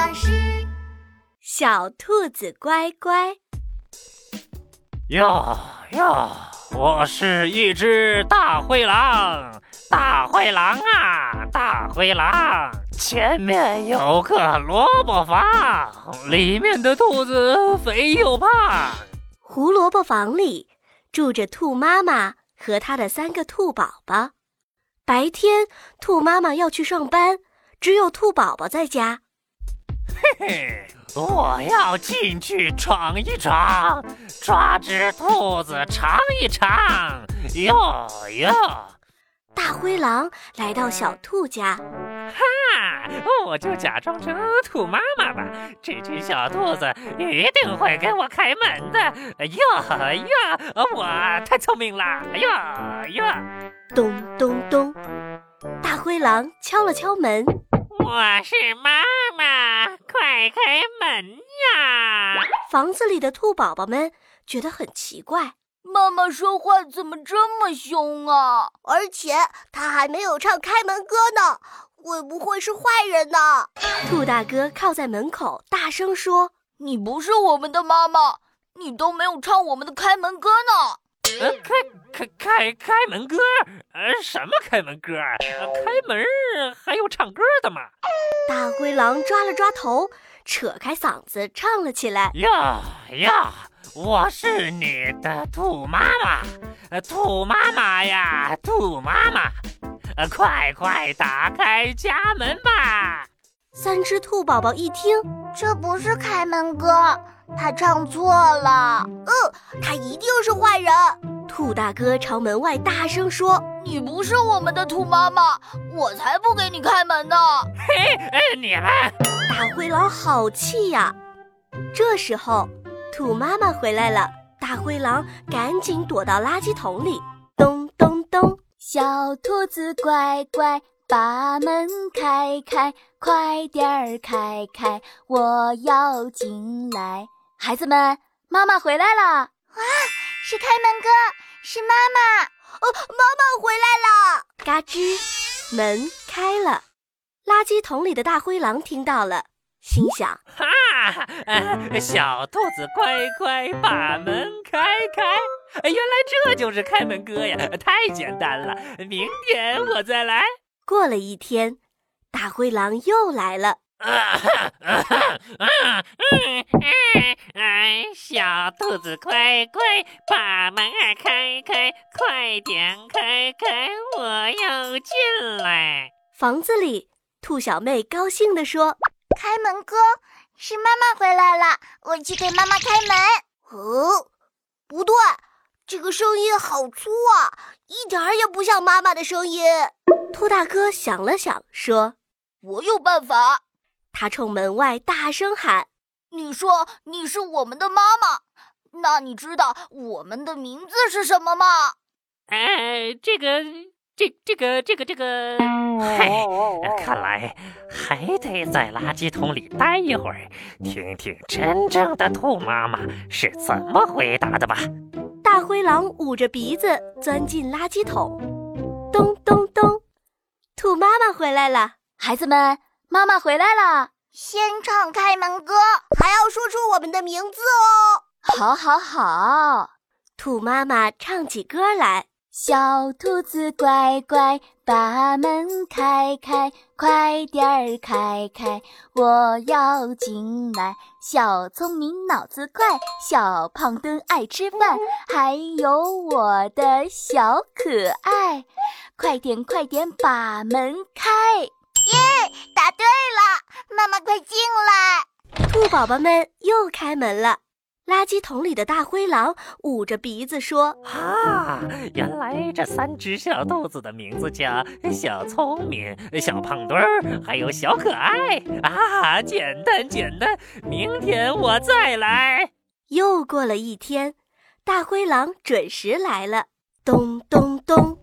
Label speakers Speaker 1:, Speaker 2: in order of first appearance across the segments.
Speaker 1: 巴士。小兔子乖乖。
Speaker 2: 哟，我是一只大灰狼，大灰狼啊，大灰狼，前面有个萝卜房，里面的兔子肥又胖。
Speaker 1: 胡萝卜房里住着兔妈妈和她的3个兔宝宝。白天兔妈妈要去上班，只有兔宝宝在家。
Speaker 2: 嘿嘿，我要进去闯一闯，抓只兔子尝一尝。哟，
Speaker 1: 大灰狼来到小兔家。
Speaker 2: 哈，我就假装成兔妈妈吧，这群小兔子一定会给我开门的。我太聪明了。
Speaker 1: 咚咚咚，大灰狼敲了敲门。
Speaker 2: 我是妈妈，快开门呀！
Speaker 1: 房子里的兔宝宝们觉得很奇怪，
Speaker 3: 妈妈说话怎么这么凶啊？
Speaker 4: 而且她还没有唱开门歌呢，会不会是坏人呢？
Speaker 1: 兔大哥靠在门口大声说：
Speaker 3: 你不是我们的妈妈，你都没有唱我们的开门歌呢。
Speaker 2: 开门歌？什么开门歌？开门还有唱歌的吗？
Speaker 1: 大灰狼抓了抓头，扯开嗓子唱了起来。
Speaker 2: 我是你的兔妈妈，兔妈妈呀，兔妈妈，快打开家门吧
Speaker 1: ！3只兔宝宝一听，
Speaker 4: 这不是开门歌，他唱错了。他一定是坏人。
Speaker 1: 兔大哥朝门外大声说：
Speaker 3: 你不是我们的兔妈妈，我才不给你开门呢！
Speaker 2: 你们！
Speaker 1: 大灰狼好气呀！这时候兔妈妈回来了，大灰狼赶紧躲到垃圾桶里。咚咚咚，
Speaker 5: 小兔子乖乖，把门开开，快点儿开开，我要进来。孩子们，妈妈回来了！
Speaker 4: 哇，是开门歌，是妈妈！妈妈回来了！
Speaker 1: 嘎吱，门开了。垃圾桶里的大灰狼听到了，心想：
Speaker 2: 小兔子乖乖，把门开开。原来这就是开门歌呀，太简单了。明天我再来。
Speaker 1: 过了一天，大灰狼又来了。
Speaker 2: 小兔子乖乖，把门开开，快点开开，我要进来。
Speaker 1: 房子里，兔小妹高兴地说：
Speaker 4: 开门歌，是妈妈回来了，我去给妈妈开门。不对，这个声音好粗啊，一点儿也不像妈妈的声音。
Speaker 1: 兔大哥想了想说：
Speaker 3: 我有办法。
Speaker 1: 他冲门外大声喊：
Speaker 3: 你说你是我们的妈妈，那你知道我们的名字是什么吗？
Speaker 2: 看来还得在垃圾桶里待一会儿，听听真正的兔妈妈是怎么回答的吧。
Speaker 1: 大灰狼捂着鼻子钻进垃圾桶。咚咚咚，兔妈妈回来了。
Speaker 5: 孩子们，妈妈回来了。
Speaker 4: 先唱开门歌，还要说出我们的名字
Speaker 5: 哦。好。
Speaker 1: 兔妈妈唱起歌来。
Speaker 5: 小兔子乖乖，把门开开，快点儿开开，我要进来。小聪明脑子快，小胖墩爱吃饭，还有我的小可爱，快点把门开。
Speaker 4: 答对了，妈妈快进来。
Speaker 1: 兔宝宝们又开门了。垃圾桶里的大灰狼捂着鼻子说：
Speaker 2: 原来这3只小兔子的名字叫小聪明、小胖墩儿，还有小可爱啊！简单，明天我再来。
Speaker 1: 又过了一天，大灰狼准时来了。咚咚咚，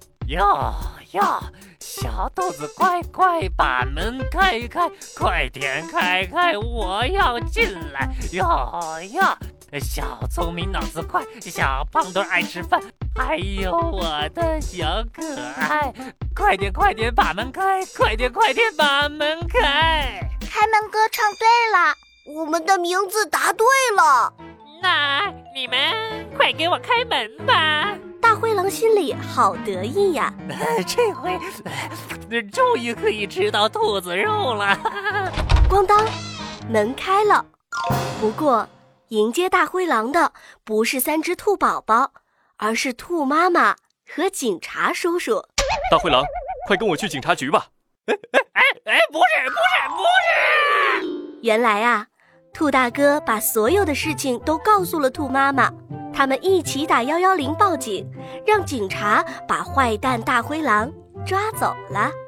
Speaker 2: 小兔子乖乖，把门开开，快点开开，我要进来。小聪明脑子快，小胖墩爱吃饭，还有我的小可爱，快点把门开，快点把门开。
Speaker 4: 开门歌唱唱对了，我们的名字答对了。
Speaker 2: 那你们快给我开门吧！
Speaker 1: 大灰狼心里好得意呀，
Speaker 2: 这回终于可以吃到兔子肉了。
Speaker 1: 咣当，门开了。不过迎接大灰狼的不是3只兔宝宝，而是兔妈妈和警察叔叔。
Speaker 6: 大灰狼，快跟我去警察局吧！
Speaker 2: 不是！
Speaker 1: 原来啊，兔大哥把所有的事情都告诉了兔妈妈，他们一起打110报警，让警察把坏蛋大灰狼抓走了。